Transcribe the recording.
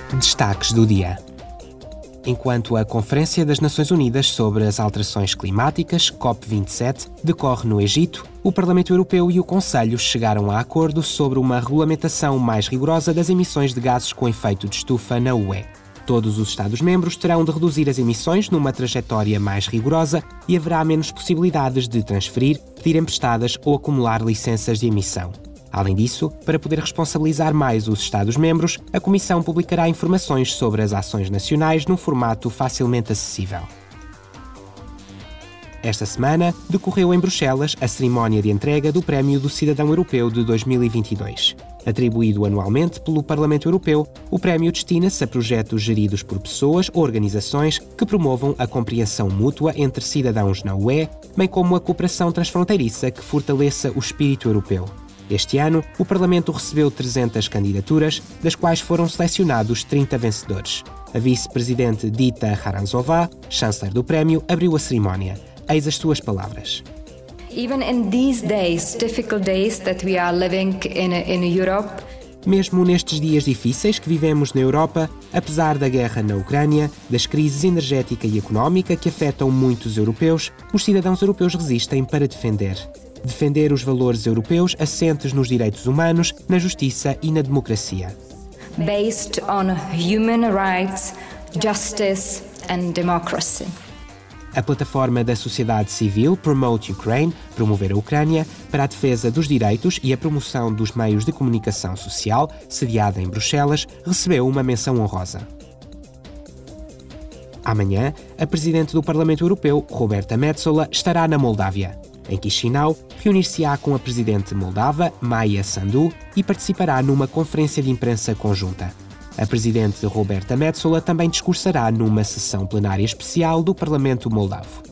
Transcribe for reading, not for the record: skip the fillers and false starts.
Destaques do dia. Enquanto a Conferência das Nações Unidas sobre as Alterações Climáticas, COP27, decorre no Egito, o Parlamento Europeu e o Conselho chegaram a acordo sobre uma regulamentação mais rigorosa das emissões de gases com efeito de estufa na UE. Todos os Estados-membros terão de reduzir as emissões numa trajetória mais rigorosa e haverá menos possibilidades de transferir, pedir emprestadas ou acumular licenças de emissão. Além disso, para poder responsabilizar mais os Estados-membros, a Comissão publicará informações sobre as ações nacionais num formato facilmente acessível. Esta semana, decorreu em Bruxelas a cerimónia de entrega do Prémio do Cidadão Europeu de 2022. Atribuído anualmente pelo Parlamento Europeu, o prémio destina-se a projetos geridos por pessoas ou organizações que promovam a compreensão mútua entre cidadãos na UE, bem como a cooperação transfronteiriça que fortaleça o espírito europeu. Este ano, o Parlamento recebeu 300 candidaturas, das quais foram selecionados 30 vencedores. A vice-presidente Dita Charanzová, chanceler do prémio, abriu a cerimónia. Eis as suas palavras. Even in these days, difficult days that we are living in Europe, mesmo nestes dias difíceis que vivemos na Europa, apesar da guerra na Ucrânia, das crises energética e económica que afetam muitos europeus, os cidadãos europeus resistem para defender os valores europeus assentes nos direitos humanos, na justiça e na democracia. Based on human rights, justice and democracy. A plataforma da sociedade civil Promote Ukraine, Promover a Ucrânia, para a defesa dos direitos e a promoção dos meios de comunicação social, sediada em Bruxelas, recebeu uma menção honrosa. Amanhã, a Presidente do Parlamento Europeu, Roberta Metsola, estará na Moldávia. Em Chisinau, reunir-se-á com a Presidente moldava, Maia Sandu, e participará numa conferência de imprensa conjunta. A Presidente Roberta Metsola também discursará numa sessão plenária especial do Parlamento Moldavo.